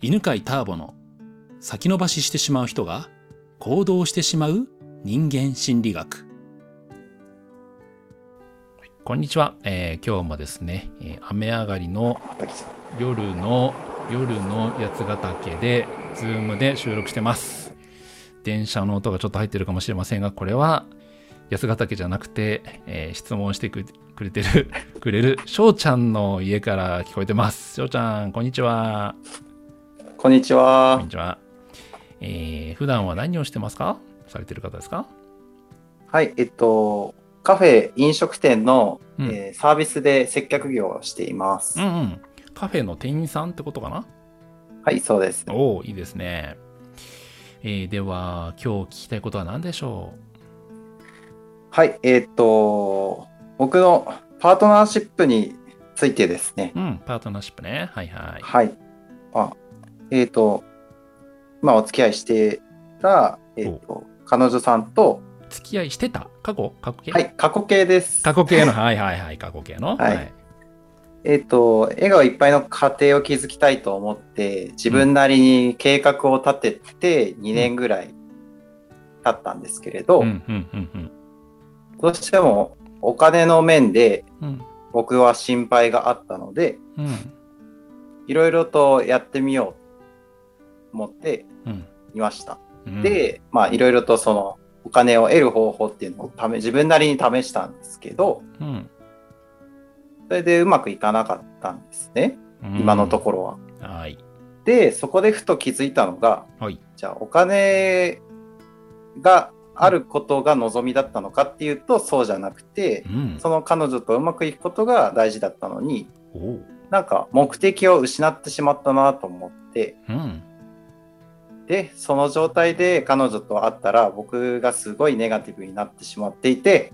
犬飼ターボの先延ばししてしまう人が行動してしまう人間心理学。こんにちは、今日もですね、雨上がりの夜の八ヶ岳でズームで収録してます。電車の音がちょっと入ってるかもしれませんが、これは八ヶ岳じゃなくて、質問してくれる翔ちゃんの家から聞こえてます。翔ちゃん、こんにちは。 こんにちは。 こんにちは。普段は何をしてますか？されてる方ですか？ はい、カフェ、飲食店の、サービスで接客業をしています。 カフェの店員さんってことかな？ はい、そうです。 おー、いいですね。では、今日聞きたいことは何でしょう？ はい、僕のパートナーシップについてですね。 パートナーシップね。はいはい。 はい。お付き合いしてた、彼女さんと、 付き合いしてた？過去形？ はい、過去形です。 過去形の、はいはいはい、過去形の。 はい。笑顔いっぱいの家庭を築きたいと思って、自分なりに計画を立てて2年ぐらい経ったんですけれど、どうしてもお金の面で僕は心配があったので、いろいろとやってみようと思っていました。で、いろいろとそのお金を得る方法っていうのを自分なりに試したんですけど、それでうまくいかなかったんですね、今のところは。 はい。 で、そこでふと気づいたのが、じゃあお金があることが望みだったのかっていうとそうじゃなくて、その彼女とうまくいくことが大事だったのに、なんか目的を失ってしまったなと思って、でその状態で彼女と会ったら僕がすごいネガティブになってしまっていて、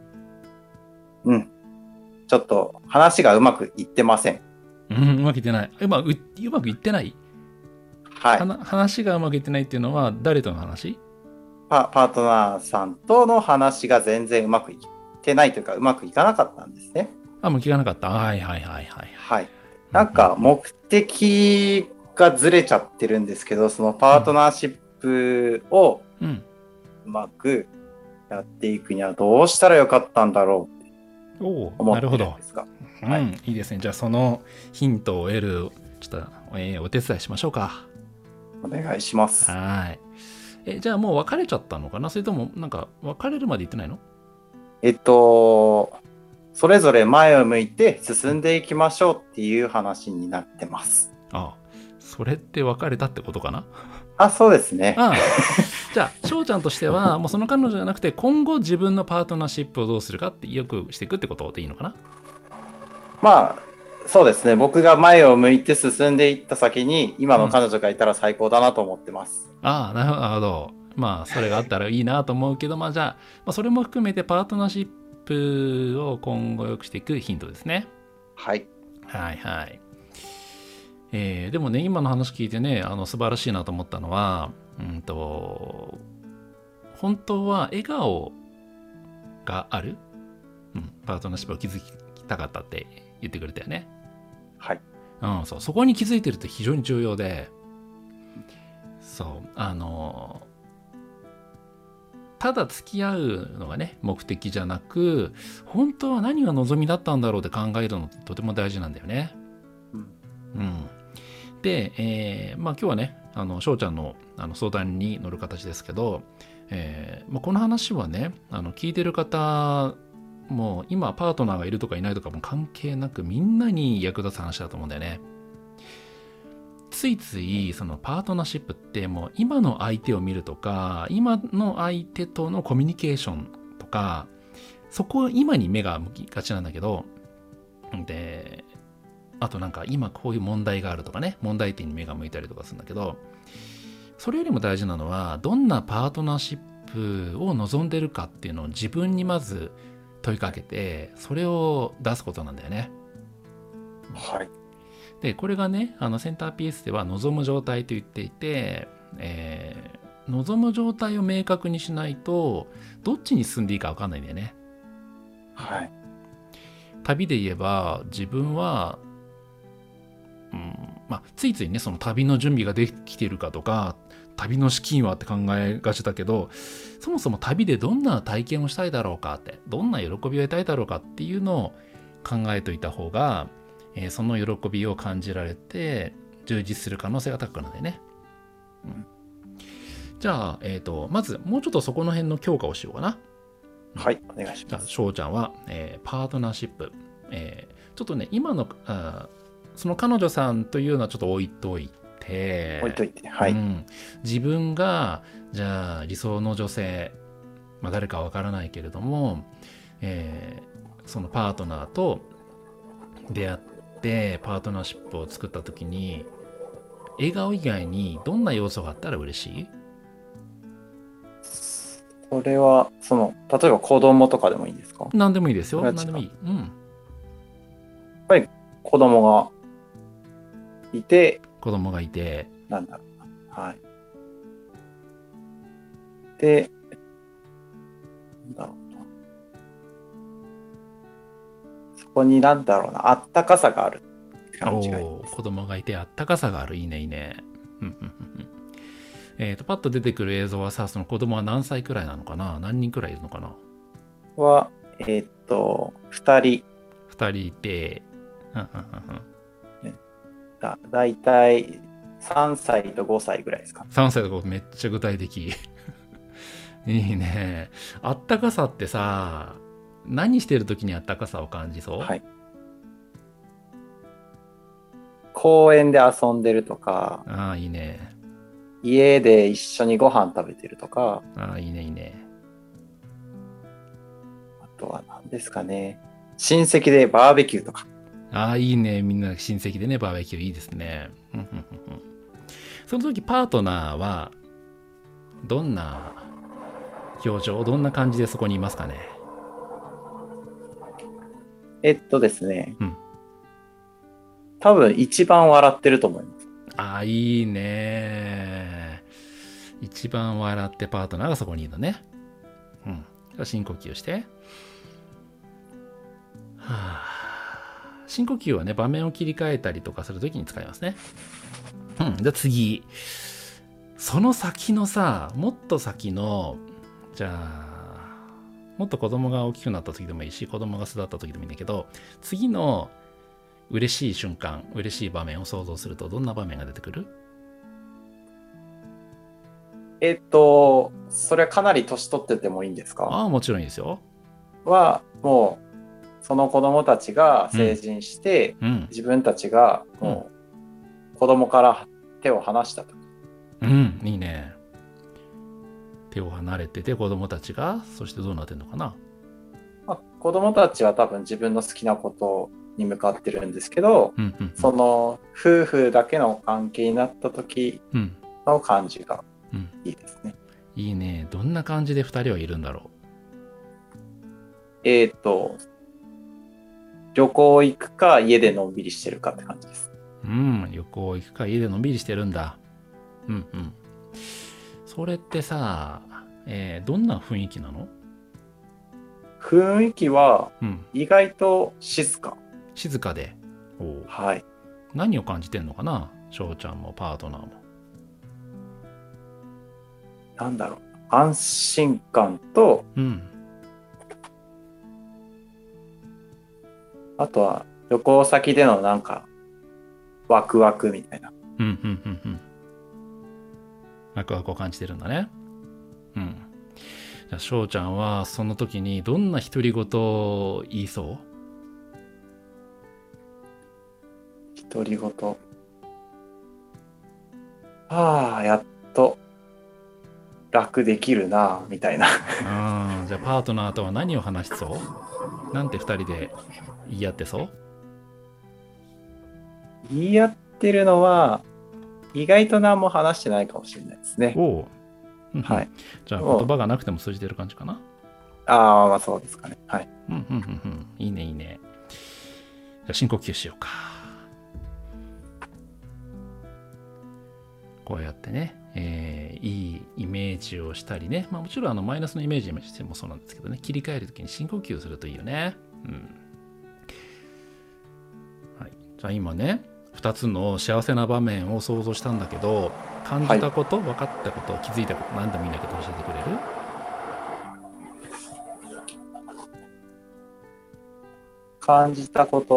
ちょっと話がうまくいってません。 うまくいってない。うまくいってない。はい。話がうまくいってないっていうのは誰との話？ パートナーさんとの話が全然うまくいってないというか、うまくいかなかったんですね。 もういかなかった。はいはいはいはい。 はい。なんか目的がずれちゃってるんですけど、そのパートナーシップをうまくやっていくにはどうしたらよかったんだろうって思ってるんですが。 いいですね。じゃあそのヒントを得るちょっと、お手伝いしましょうか。 お願いします。 はい。じゃあもう別れちゃったのかな？それともなんか別れるまで言ってないの？ それぞれ前を向いて進んでいきましょうっていう話になってます。 それって別れたってことかな？ そうですね。 じゃあ翔ちゃんとしてはもうその彼女じゃなくて今後自分のパートナーシップをどうするかってよくしていくってことでいいのかな？ そうですね。僕が前を向いて進んでいった先に今の彼女がいたら最高だなと思ってます。 なるほど。それがあったらいいなと思うけど、じゃあ、それも含めてパートナーシップを今後良くしていくヒントですね。 はい。 はいはい。でもね、今の話聞いてね、素晴らしいなと思ったのは、本当は笑顔がある、パートナーシップを築きたかったって言ってくれたよね。 はい。 そこに気づいてると非常に重要で、ただ付き合うのがね目的じゃなく、本当は何が望みだったんだろうって考えるのってとても大事なんだよね。で、今日はね翔ちゃんの相談に乗る形ですけど、この話はね聞いてる方もう今パートナーがいるとかいないとかも関係なくみんなに役立つ話だと思うんだよね。ついついそのパートナーシップってもう今の相手を見るとか今の相手とのコミュニケーションとかそこ今に目が向きがちなんだけど、であとなんか今こういう問題があるとかね、問題点に目が向いたりとかするんだけど、それよりも大事なのはどんなパートナーシップを望んでるかっていうのを自分にまず問いかけてそれを出すことなんだよね。 はい。 でこれがねセンターピースでは望む状態と言っていて、望む状態を明確にしないとどっちに進んでいいか分かんないんだよね。 はい。 旅で言えば自分は、 ついついねその旅の準備ができているかとか旅の資金はって考えがちだけど、そもそも旅でどんな体験をしたいだろうかって、どんな喜びを得たいだろうかっていうのを考えといた方が、その喜びを感じられて充実する可能性が高くなるのでね。じゃあ、まずもうちょっとそこの辺の強化をしようかな。 はい、お願いします。 じゃあ翔ちゃんは、パートナーシップ、ちょっとね今のその彼女さんというのはちょっと置いといて、 はい、 自分がじゃあ理想の女性、誰かわからないけれども、そのパートナーと出会ってパートナーシップを作った時に笑顔以外にどんな要素があったら嬉しい？ それは例えば子供とかでもいいんですか？ 何でもいいですよ。何でもいい。 やっぱり子供がいて、なんだろうな。はい。で、なんだろうな。そこになんだろうな、あったかさがある感じがいいです。 子供がいてあったかさがある。いいねいいね。パッと出てくる映像はさ、その子供は何歳くらいなのかな？何人くらいいるのかな？ は、2人。 2人いて、 だいたい3歳と5歳ぐらいですか。 3歳とかめっちゃ具体的。いいね。あったかさってさ、何してる時にあったかさを感じそう？ はい。公園で遊んでるとか、 ああ、いいね。 家で一緒にご飯食べてるとか、 ああ、いいねいいね。 あとは何ですかね。親戚でバーベキューとか。 ああ、いいね。みんな親戚でね、バーベキューいいですね。その時パートナーはどんな表情、どんな感じでそこにいますかね？ ですね。多分一番笑ってると思います。 ああ、いいね。一番笑ってパートナーがそこにいるのね。深呼吸して。深呼吸はね、場面を切り替えたりとかするときに使いますね。じゃあ次。その先のさ、もっと先の、じゃあ、もっと子供が大きくなった時でもいいし、子供が育った時でもいいんだけど、次の嬉しい瞬間、嬉しい場面を想像すると、どんな場面が出てくる？ それはかなり年取っててもいいんですか？ ああ、もちろんいいですよ。 もう、その子供たちが成人して、自分たちがもう子供から手を離したと。 いいね。手を離れてて子供たちが、そしてどうなってんのかな？ 子供たちは多分自分の好きなことに向かってるんですけど、その夫婦だけの関係になった時の感じがいいですね。 いいね。どんな感じで2人はいるんだろう？ 旅行行くか家でのんびりしてるかって感じです。 旅行行くか家でのんびりしてるんだ。それってさ、どんな雰囲気なの？ 雰囲気は意外と静か。 静かで。 はい。 何を感じてんのかな？翔ちゃんもパートナーも。 なんだろう。安心感と、あとは旅行先でのなんかワクワクみたいな。 ワクワクを感じてるんだね。じゃあ翔ちゃんはその時にどんな独り言を言いそう？ 独り言。やっと楽できるなみたいな。 じゃあパートナーとは何を話しそう？なんて2人で言い合ってそう？ 言い合ってるのは意外と何も話してないかもしれないですね。 はい。じゃあ言葉がなくても通じてる感じかな？ そうですかね。はい。 いいねいいね。じゃあ深呼吸しようか。こうやってね、いいイメージをしたりね、もちろんマイナスのイメージしてもそうなんですけどね、切り替えるときに深呼吸するといいよね。はい。じゃあ今ね、2 2つの幸せな場面を想像したんだけど、感じたこと、分かったこと、気づいたこと、何でもいいんだけど教えてくれる？ 感じたこと、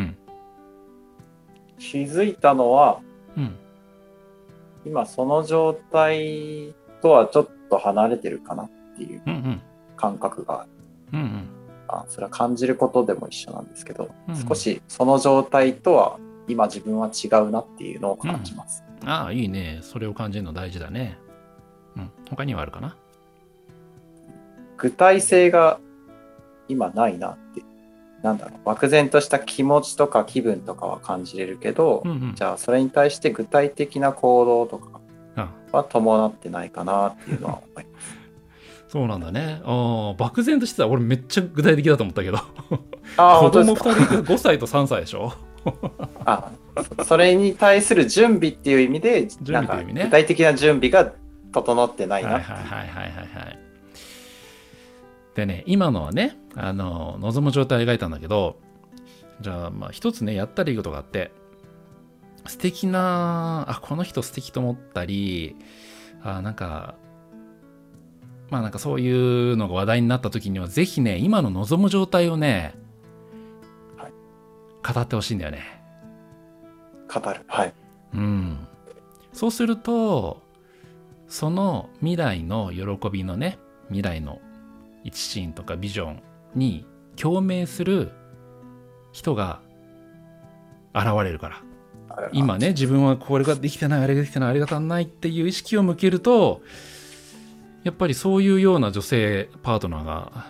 気づいたのは、今その状態とはちょっと離れてるかなっていう感覚がある。それは感じることでも一緒なんですけど、少しその状態とは今自分は違うなっていうのを感じます。 ああ、いいね。それを感じるの大事だね。他にはあるかな？ 具体性が今ないなって。なんだろう、漠然とした気持ちとか気分とかは感じれるけど、じゃあそれに対して具体的な行動とかは伴ってないかなっていうのは思います。 そうなんだね。漠然としてた。俺めっちゃ具体的だと思ったけど。 子供2人が5歳と3歳でしょ？ それに対する準備っていう意味で、なんか具体的な準備が整ってないなっていう。 でね、今のはね、望む状態を描いたんだけど、じゃあ一つね、やったらいいことがあって、素敵な、この人素敵と思ったり、なんかそういうのが話題になった時には、ぜひね、今の望む状態をね、語ってほしいんだよね。 語る。はい。 そうすると、その未来の喜びのね、未来の一心とかビジョンに共鳴する人が現れるから。今ね、自分はこれができてない、あれができてない、あれが足んないっていう意識を向けると、やっぱりそういうような女性パートナーが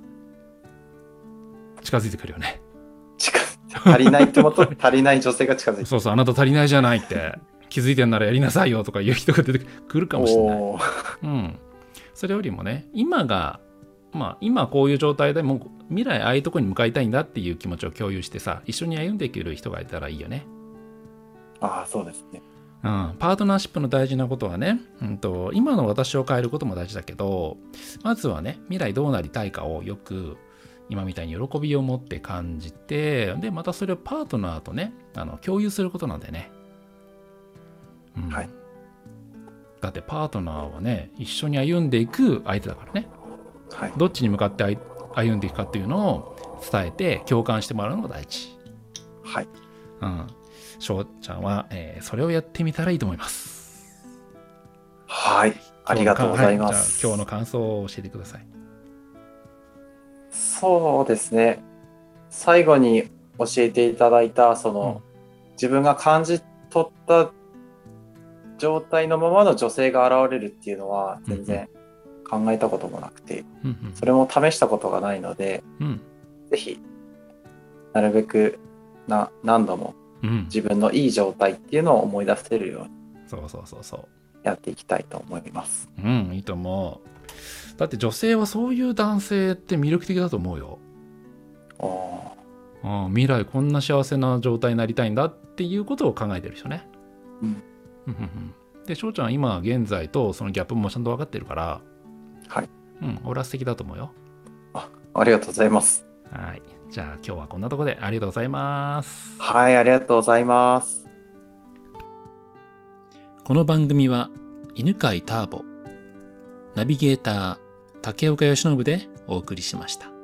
近づいてくるよね。 足りないって思うと足りない女性が近づいてくる。 そうそう、あなた足りないじゃないって気づいてんならやりなさいよとかいう人が出てくるかもしれない。それよりもね、今こういう状態でも未来ああいうとこに向かいたいんだっていう気持ちを共有してさ、一緒に歩んでいける人がいたらいいよね。 そうですね。 パートナーシップの大事なことはね、今の私を変えることも大事だけど、まずはね、未来どうなりたいかをよく今みたいに喜びを持って感じて、でまたそれをパートナーとね、共有することなんだよね。だってパートナーはね、一緒に歩んでいく相手だからね。どっちに向かって歩んでいくかっていうのを伝えて共感してもらうのが大事。翔ちゃんは、それをやってみたらいいと思います。 はい、ありがとうございます。 じゃあ今日の感想を教えてください。 そうですね。最後に教えていただいた自分が感じ取った状態のままの女性が現れるっていうのは全然考えたこともなくて、それも試したことがないので、ぜひなるべく何度も自分のいい状態っていうのを思い出せるようにやっていきたいと思います。 いいと思う。だって女性はそういう男性って魅力的だと思うよ。未来こんな幸せな状態になりたいんだっていうことを考えてる人ね。で、翔ちゃんは今現在とそのギャップもちゃんと分かってるから、俺は素敵だと思うよ。 ありがとうございます。 じゃあ今日はこんなところでありがとうございます。 ありがとうございます。 この番組は犬飼ターボ、ナビゲーター竹岡由伸でお送りしました。